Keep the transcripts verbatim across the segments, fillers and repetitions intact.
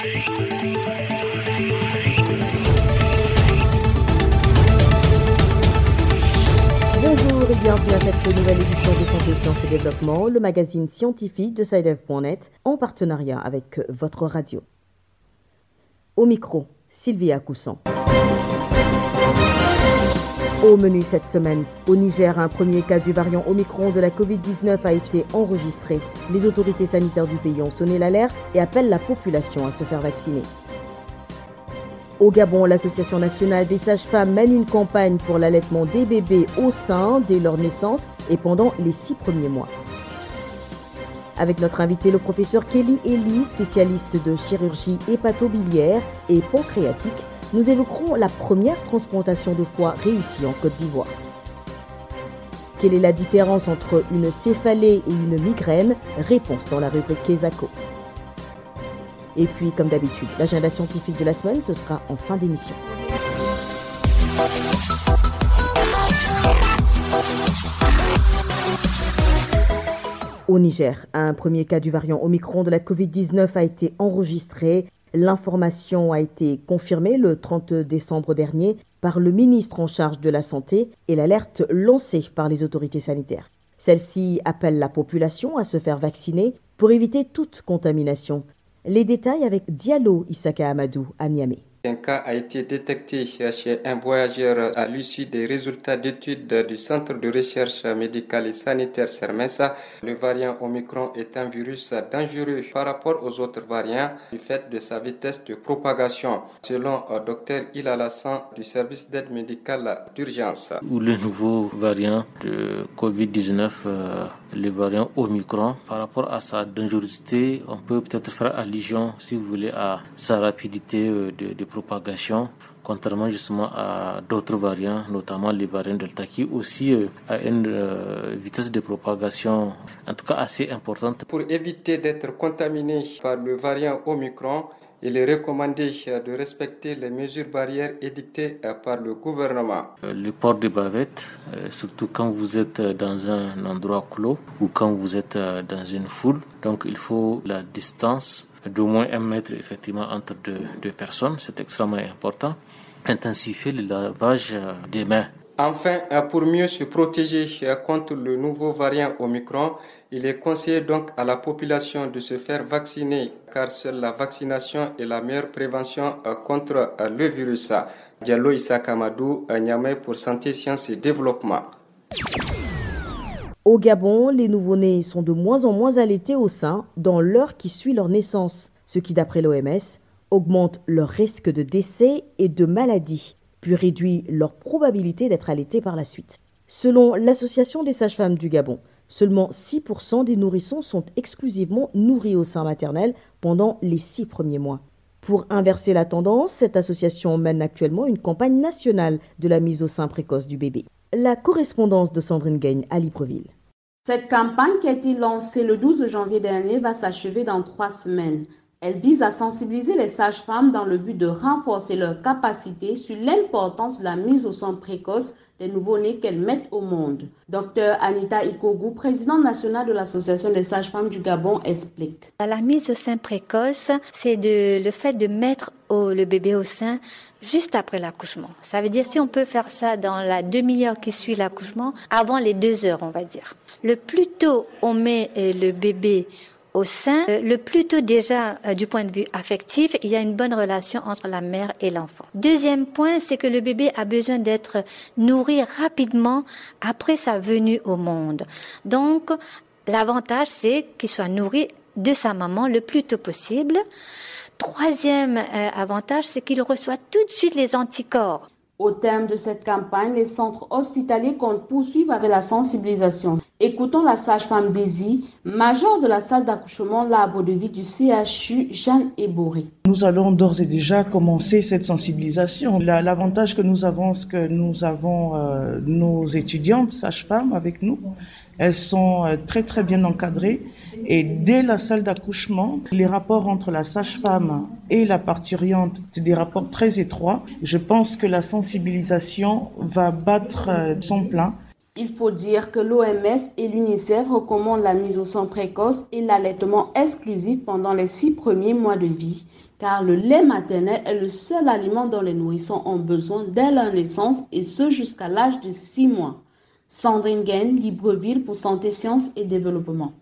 Bonjour et bienvenue à cette nouvelle édition de Santé, Sciences et Développement, le magazine scientifique de SciDev point net en partenariat avec votre radio. Au micro, Sylvia Coussan. Au menu cette semaine, au Niger, un premier cas du variant Omicron de la covid dix-neuf a été enregistré. Les autorités sanitaires du pays ont sonné l'alerte et appellent la population à se faire vacciner. Au Gabon, l'Association nationale des sages-femmes mène une campagne pour l'allaitement des bébés au sein dès leur naissance et pendant les six premiers mois. Avec notre invité, le professeur Kelly Eli, spécialiste de chirurgie hépatobiliaire et pancréatique, nous évoquerons la première transplantation de foie réussie en Côte d'Ivoire. Quelle est la différence entre une céphalée et une migraine? Réponse dans la rubrique Kesako. Et puis, comme d'habitude, l'agenda scientifique de la semaine, ce sera en fin d'émission. Au Niger, un premier cas du variant Omicron de la covid dix-neuf a été enregistré. L'information a été confirmée le trente décembre dernier par le ministre en charge de la Santé et l'alerte lancée par les autorités sanitaires. Celle-ci appelle la population à se faire vacciner pour éviter toute contamination. Les détails avec Diallo Issaka Amadou à Niamey. Un cas a été détecté chez un voyageur à l'issue des résultats d'études du Centre de recherche médicale et sanitaire CERMES. Le variant Omicron est un virus dangereux par rapport aux autres variants du fait de sa vitesse de propagation, selon le Dr Ilal Hassan du service d'aide médicale d'urgence. Ou le nouveau variant de covid dix-neuf, euh, le variant Omicron, par rapport à sa dangerosité, on peut peut-être faire allusion, si vous voulez, à sa rapidité euh, de, de propagation, contrairement justement à d'autres variants, notamment les variants Delta, qui aussi euh, a une euh, vitesse de propagation en tout cas assez importante. Pour éviter d'être contaminé par le variant Omicron, il est recommandé de respecter les mesures barrières édictées par le gouvernement. Le port de bavettes, surtout quand vous êtes dans un endroit clos ou quand vous êtes dans une foule, donc il faut la distance d'au moins un mètre effectivement entre deux, deux personnes, c'est extrêmement important. Intensifier le lavage des mains. Enfin, pour mieux se protéger contre le nouveau variant Omicron, il est conseillé donc à la population de se faire vacciner, car seule la vaccination est la meilleure prévention contre le virus. Diallo Issaka Amadou, Niamey pour Santé, Sciences et Développement. Au Gabon, les nouveau-nés sont de moins en moins allaités au sein dans l'heure qui suit leur naissance, ce qui, d'après l'O M S, augmente leur risque de décès et de maladie, puis réduit leur probabilité d'être allaités par la suite. Selon l'Association des sages-femmes du Gabon, seulement six pour cent des nourrissons sont exclusivement nourris au sein maternel pendant les six premiers mois. Pour inverser la tendance, cette association mène actuellement une campagne nationale de la mise au sein précoce du bébé. La correspondance de Sandrine Gagne à Libreville. Cette campagne qui a été lancée le douze janvier dernier va s'achever dans trois semaines. Elle vise à sensibiliser les sages-femmes dans le but de renforcer leur capacité sur l'importance de la mise au sein précoce des nouveau-nés qu'elles mettent au monde. Docteur Anita Ikogu, présidente nationale de l'Association des sages-femmes du Gabon, explique. La mise au sein précoce, c'est de, le fait de mettre au, le bébé au sein juste après l'accouchement. Ça veut dire si on peut faire ça dans la demi-heure qui suit l'accouchement, avant les deux heures, on va dire. Le plus tôt on met le bébé au sein, le plus tôt déjà euh, du point de vue affectif, il y a une bonne relation entre la mère et l'enfant. Deuxième point, c'est que le bébé a besoin d'être nourri rapidement après sa venue au monde. Donc, l'avantage, c'est qu'il soit nourri de sa maman le plus tôt possible. Troisième euh, avantage, c'est qu'il reçoit tout de suite les anticorps. Au terme de cette campagne, les centres hospitaliers comptent poursuivre avec la sensibilisation. Écoutons la sage-femme Daisy, major de la salle d'accouchement L'arbre de vie du C H U Jeanne Eboré. Nous allons d'ores et déjà commencer cette sensibilisation. L'avantage que nous avons, c'est que nous avons euh, nos étudiantes sages-femmes avec nous. Elles sont euh, très très bien encadrées. Et dès la salle d'accouchement, les rapports entre la sage-femme et la parturiente, c'est des rapports très étroits. Je pense que la sensibilisation va battre son plein. Il faut dire que l'O M S et l'UNICEF recommandent la mise au sein précoce et l'allaitement exclusif pendant les six premiers mois de vie, car le lait maternel est le seul aliment dont les nourrissons ont besoin dès leur naissance et ce jusqu'à l'âge de six mois. Sandrine Gaine, Libreville pour Santé, Sciences et Développement.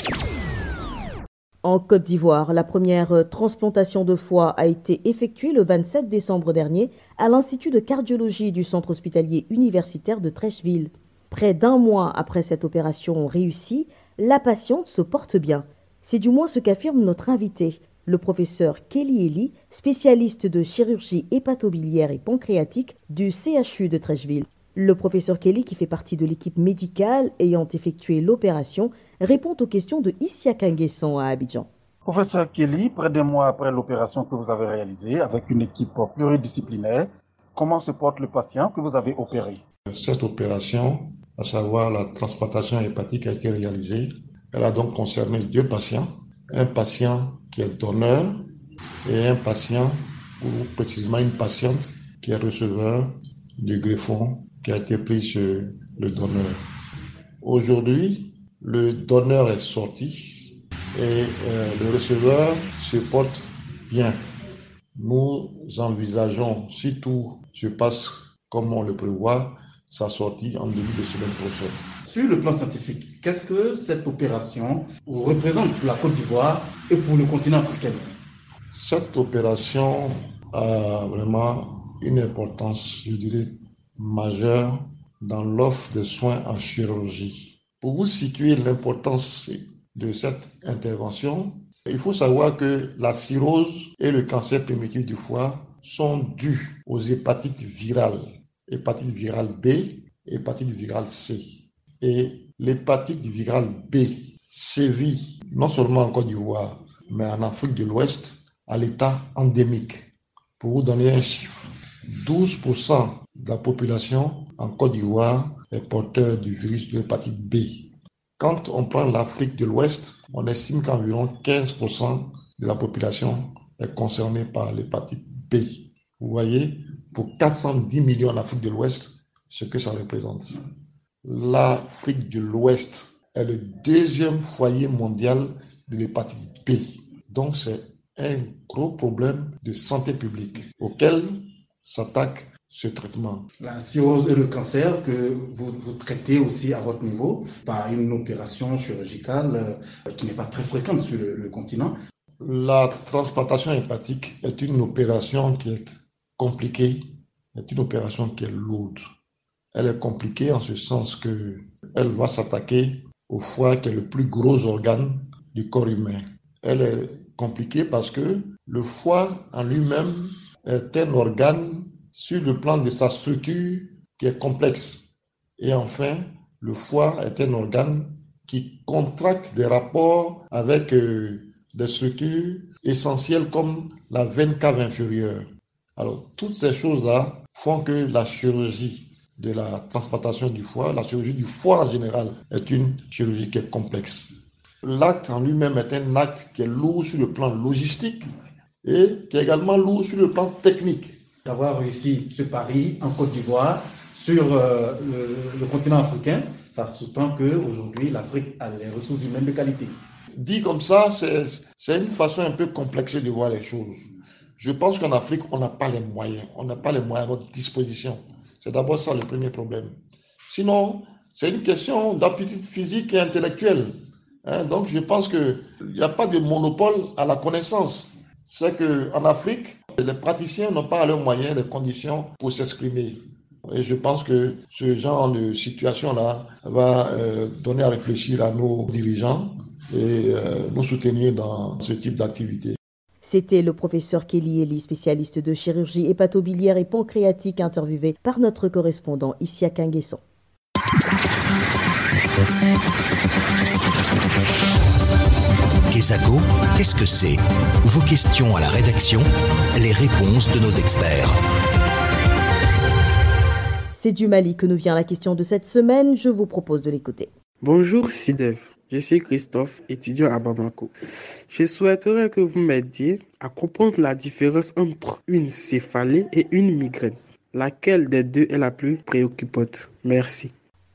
En Côte d'Ivoire, la première transplantation de foie a été effectuée le vingt-sept décembre dernier à l'Institut de cardiologie du centre hospitalier universitaire de Treichville. Près d'un mois après cette opération réussie, la patiente se porte bien. C'est du moins ce qu'affirme notre invité, le professeur Kelly Eli, spécialiste de chirurgie hépatobiliaire et pancréatique du C H U de Treichville. Le professeur Kelly, qui fait partie de l'équipe médicale ayant effectué l'opération, répond aux questions de Isiaka Nguesson à Abidjan. Professeur Kelly, près d'un mois après l'opération que vous avez réalisée avec une équipe pluridisciplinaire, comment se porte le patient que vous avez opéré? Cette opération, à savoir la transplantation hépatique, a été réalisée. Elle a donc concerné deux patients, un patient qui est donneur et un patient, ou précisément une patiente qui est receveur du greffon qui a été pris sur le donneur. Aujourd'hui, le donneur est sorti et euh, le receveur se porte bien. Nous envisageons, si tout se passe comme on le prévoit, sa sortie en début de semaine prochaine. Sur le plan scientifique, qu'est-ce que cette opération représente pour la Côte d'Ivoire et pour le continent africain? Cette opération a vraiment une importance, je dirais, majeure dans l'offre de soins en chirurgie. Pour vous situer l'importance de cette intervention, il faut savoir que la cirrhose et le cancer primitif du foie sont dus aux hépatites virales, hépatite virale B, hépatite virale C. Et l'hépatite virale B sévit non seulement en Côte d'Ivoire, mais en Afrique de l'Ouest à l'état endémique. Pour vous donner un chiffre, douze pour cent de la population en Côte d'Ivoire est porteur du virus de l'hépatite B. Quand on prend l'Afrique de l'Ouest, on estime qu'environ quinze pour cent de la population est concernée par l'hépatite B. Vous voyez, pour quatre cent dix millions en Afrique de l'Ouest, ce que ça représente. L'Afrique de l'Ouest est le deuxième foyer mondial de l'hépatite B. Donc c'est un gros problème de santé publique auquel s'attaque ce traitement. La cirrhose et le cancer que vous, vous traitez aussi à votre niveau par une opération chirurgicale euh, qui n'est pas très fréquente sur le, le continent. La transplantation hépatique est une opération qui est compliquée, est une opération qui est lourde. Elle est compliquée en ce sens que elle va s'attaquer au foie qui est le plus gros organe du corps humain. Elle est compliquée parce que le foie en lui-même est un organe sur le plan de sa structure qui est complexe. Et enfin, le foie est un organe qui contracte des rapports avec euh, des structures essentielles comme la veine cave inférieure. Alors, toutes ces choses-là font que la chirurgie de la transplantation du foie, la chirurgie du foie en général, est une chirurgie qui est complexe. L'acte en lui-même est un acte qui est lourd sur le plan logistique et qui est également lourd sur le plan technique. D'avoir réussi ce pari en Côte d'Ivoire sur euh, le, le continent africain, ça sous-tend qu'aujourd'hui l'Afrique a les ressources humaines de qualité. Dit comme ça, c'est, c'est une façon un peu complexée de voir les choses. Je pense qu'en Afrique, on n'a pas les moyens. On n'a pas les moyens à notre disposition. C'est d'abord ça le premier problème. Sinon, c'est une question d'aptitude physique et intellectuelle. Hein, donc je pense qu'il n'y a pas de monopole à la connaissance. C'est qu'en Afrique, les praticiens n'ont pas leurs moyens, les conditions pour s'exprimer. Et je pense que ce genre de situation-là va euh, donner à réfléchir à nos dirigeants et euh, nous soutenir dans ce type d'activité. C'était le professeur Kelly Eli, spécialiste de chirurgie hépatobiliaire et pancréatique, interviewé par notre correspondant Isiaka Nguesson. Kesako, qu'est-ce que c'est? Vos questions à la rédaction, les réponses de nos experts. C'est du Mali que nous vient la question de cette semaine. Je vous propose de l'écouter. Bonjour Sidev, je suis Christophe, étudiant à Bamako. Je souhaiterais que vous m'aidiez à comprendre la différence entre une céphalée et une migraine. Laquelle des deux est la plus préoccupante? Merci.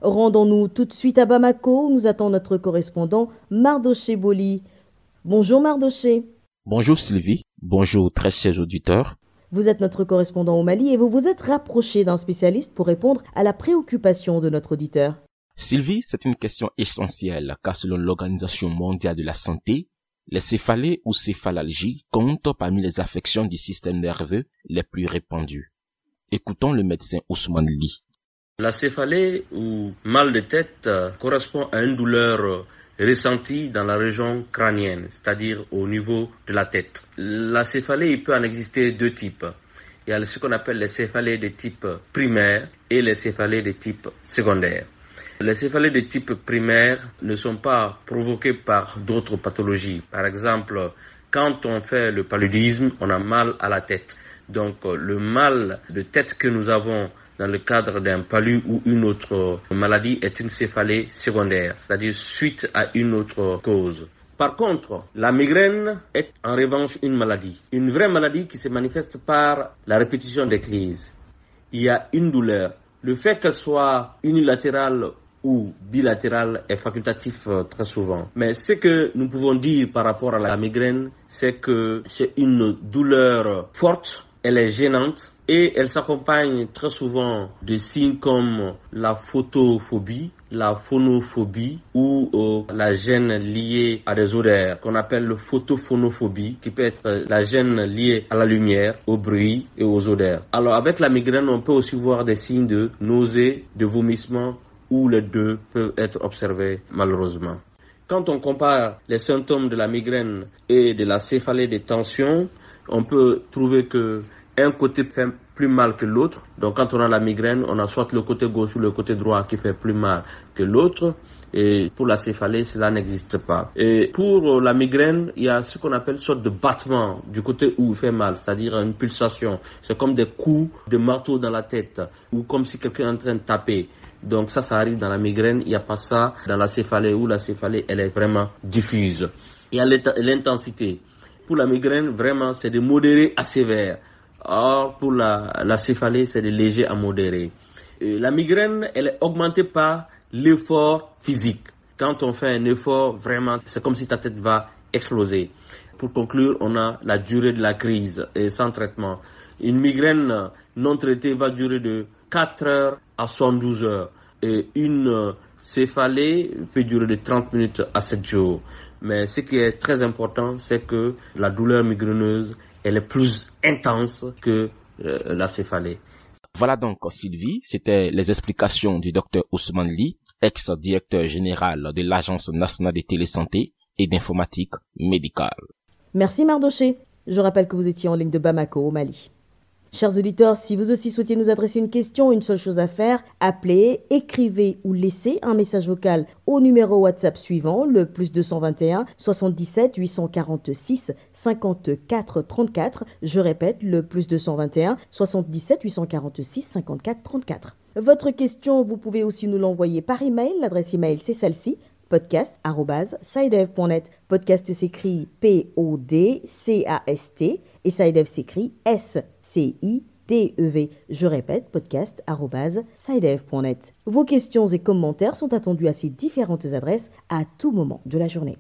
Rendons-nous tout de suite à Bamako où nous attend notre correspondant Mardoché Boli. Bonjour Mardoché. Bonjour Sylvie, bonjour très chers auditeurs. Vous êtes notre correspondant au Mali et vous vous êtes rapproché d'un spécialiste pour répondre à la préoccupation de notre auditeur. Sylvie, c'est une question essentielle car selon l'Organisation mondiale de la santé, les céphalées ou céphalalgies comptent parmi les affections du système nerveux les plus répandues. Écoutons le médecin Ousmane Ly. La céphalée ou mal de tête correspond à une douleur ressentie dans la région crânienne, c'est-à-dire au niveau de la tête. La céphalée, il peut en exister deux types. Il y a ce qu'on appelle les céphalées de type primaire et les céphalées de type secondaire. Les céphalées de type primaire ne sont pas provoquées par d'autres pathologies. Par exemple, quand on fait le paludisme, on a mal à la tête. Donc le mal de tête que nous avons dans le cadre d'un palu ou une autre maladie est une céphalée secondaire, c'est-à-dire suite à une autre cause. Par contre, la migraine est en revanche une maladie, une vraie maladie qui se manifeste par la répétition des crises. Il y a une douleur. Le fait qu'elle soit unilatérale ou bilatérale est facultatif très souvent. Mais ce que nous pouvons dire par rapport à la migraine, c'est que c'est une douleur forte, elle est gênante et elle s'accompagne très souvent de signes comme la photophobie, la phonophobie ou euh, la gêne liée à des odeurs qu'on appelle le photophonophobie, qui peut être la gêne liée à la lumière, au bruit et aux odeurs. Alors avec la migraine, on peut aussi voir des signes de nausée, de vomissement, où les deux peuvent être observés malheureusement. Quand on compare les symptômes de la migraine et de la céphalée de tension, on peut trouver que un côté fait plus mal que l'autre. Donc quand on a la migraine, on a soit le côté gauche ou le côté droit qui fait plus mal que l'autre. Et pour la céphalée, cela n'existe pas. Et pour la migraine, il y a ce qu'on appelle une sorte de battement du côté où il fait mal, c'est-à-dire une pulsation. C'est comme des coups de marteau dans la tête ou comme si quelqu'un est en train de taper. Donc ça, ça arrive dans la migraine. Il n'y a pas ça dans la céphalée où la céphalée, elle est vraiment diffuse. Il y a l'intensité. Pour la migraine, vraiment, c'est de modéré à sévère. Or, pour la, la céphalée, c'est de léger à modéré. Et la migraine, elle est augmentée par l'effort physique. Quand on fait un effort, vraiment, c'est comme si ta tête va exploser. Pour conclure, on a la durée de la crise et sans traitement. Une migraine non traitée va durer de quatre heures à soixante-douze heures. Et une céphalée peut durer de trente minutes à sept jours. Mais ce qui est très important, c'est que la douleur migraineuse, elle est plus intense que euh, la céphalée. Voilà donc Sylvie, c'était les explications du docteur Ousmane Ly, ex-directeur général de l'Agence nationale de télésanté et d'informatique médicale. Merci Mardoché. Je rappelle que vous étiez en ligne de Bamako au Mali. Chers auditeurs, si vous aussi souhaitez nous adresser une question, une seule chose à faire, appelez, écrivez ou laissez un message vocal au numéro WhatsApp suivant, le plus deux cent vingt et un soixante-dix-sept huit cent quarante-six cinquante-quatre trente-quatre. Je répète, le plus deux cent vingt et un soixante-dix-sept huit cent quarante-six cinquante-quatre trente-quatre. Votre question, vous pouvez aussi nous l'envoyer par email. L'adresse email, c'est celle-ci. podcast arobase sidev point net. Podcast s'écrit P O D C A S T et Sidev s'écrit S C I D E V. Je répète, podcast arobase sidev point net. Vos questions et commentaires sont attendus à ces différentes adresses à tout moment de la journée.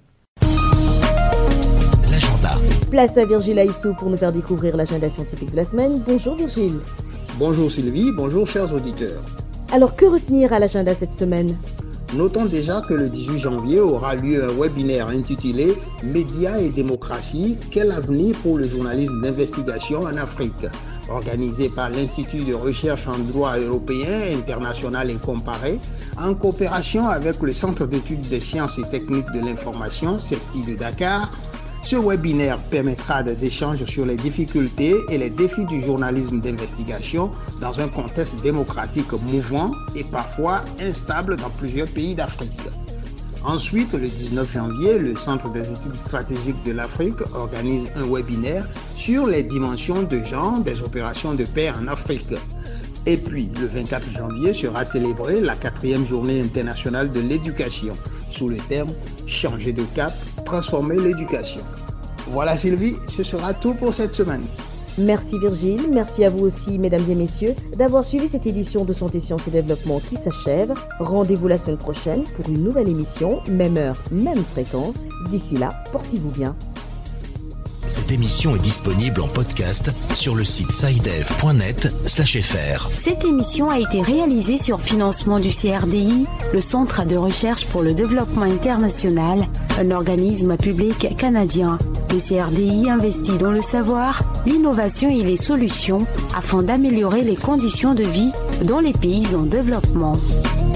L'agenda. Place à Virgile Aissou pour nous faire découvrir l'agenda scientifique de la semaine. Bonjour Virgile. Bonjour Sylvie, bonjour chers auditeurs. Alors que retenir à l'agenda cette semaine ? Notons déjà que le dix-huit janvier aura lieu un webinaire intitulé « Médias et démocratie, quel avenir pour le journalisme d'investigation en Afrique ?» organisé par l'Institut de recherche en droit européen international et comparé, en coopération avec le Centre d'études des sciences et techniques de l'information, CESTI de Dakar. Ce webinaire permettra des échanges sur les difficultés et les défis du journalisme d'investigation dans un contexte démocratique mouvant et parfois instable dans plusieurs pays d'Afrique. Ensuite, le dix-neuf janvier, le Centre des études stratégiques de l'Afrique organise un webinaire sur les dimensions de genre des opérations de paix en Afrique. Et puis, le vingt-quatre janvier sera célébrée la quatrième journée internationale de l'éducation, sous le terme « Changer de cap, transformer l'éducation ». Voilà Sylvie, ce sera tout pour cette semaine. Merci Virgile, merci à vous aussi mesdames et messieurs d'avoir suivi cette édition de Santé, Sciences et Développement qui s'achève. Rendez-vous la semaine prochaine pour une nouvelle émission, même heure, même fréquence. D'ici là, portez-vous bien. Cette émission est disponible en podcast sur le site scidev point net slash f r. Cette émission a été réalisée sur financement du C R D I, le Centre de recherche pour le développement international, un organisme public canadien. Le C R D I investit dans le savoir, l'innovation et les solutions afin d'améliorer les conditions de vie dans les pays en développement.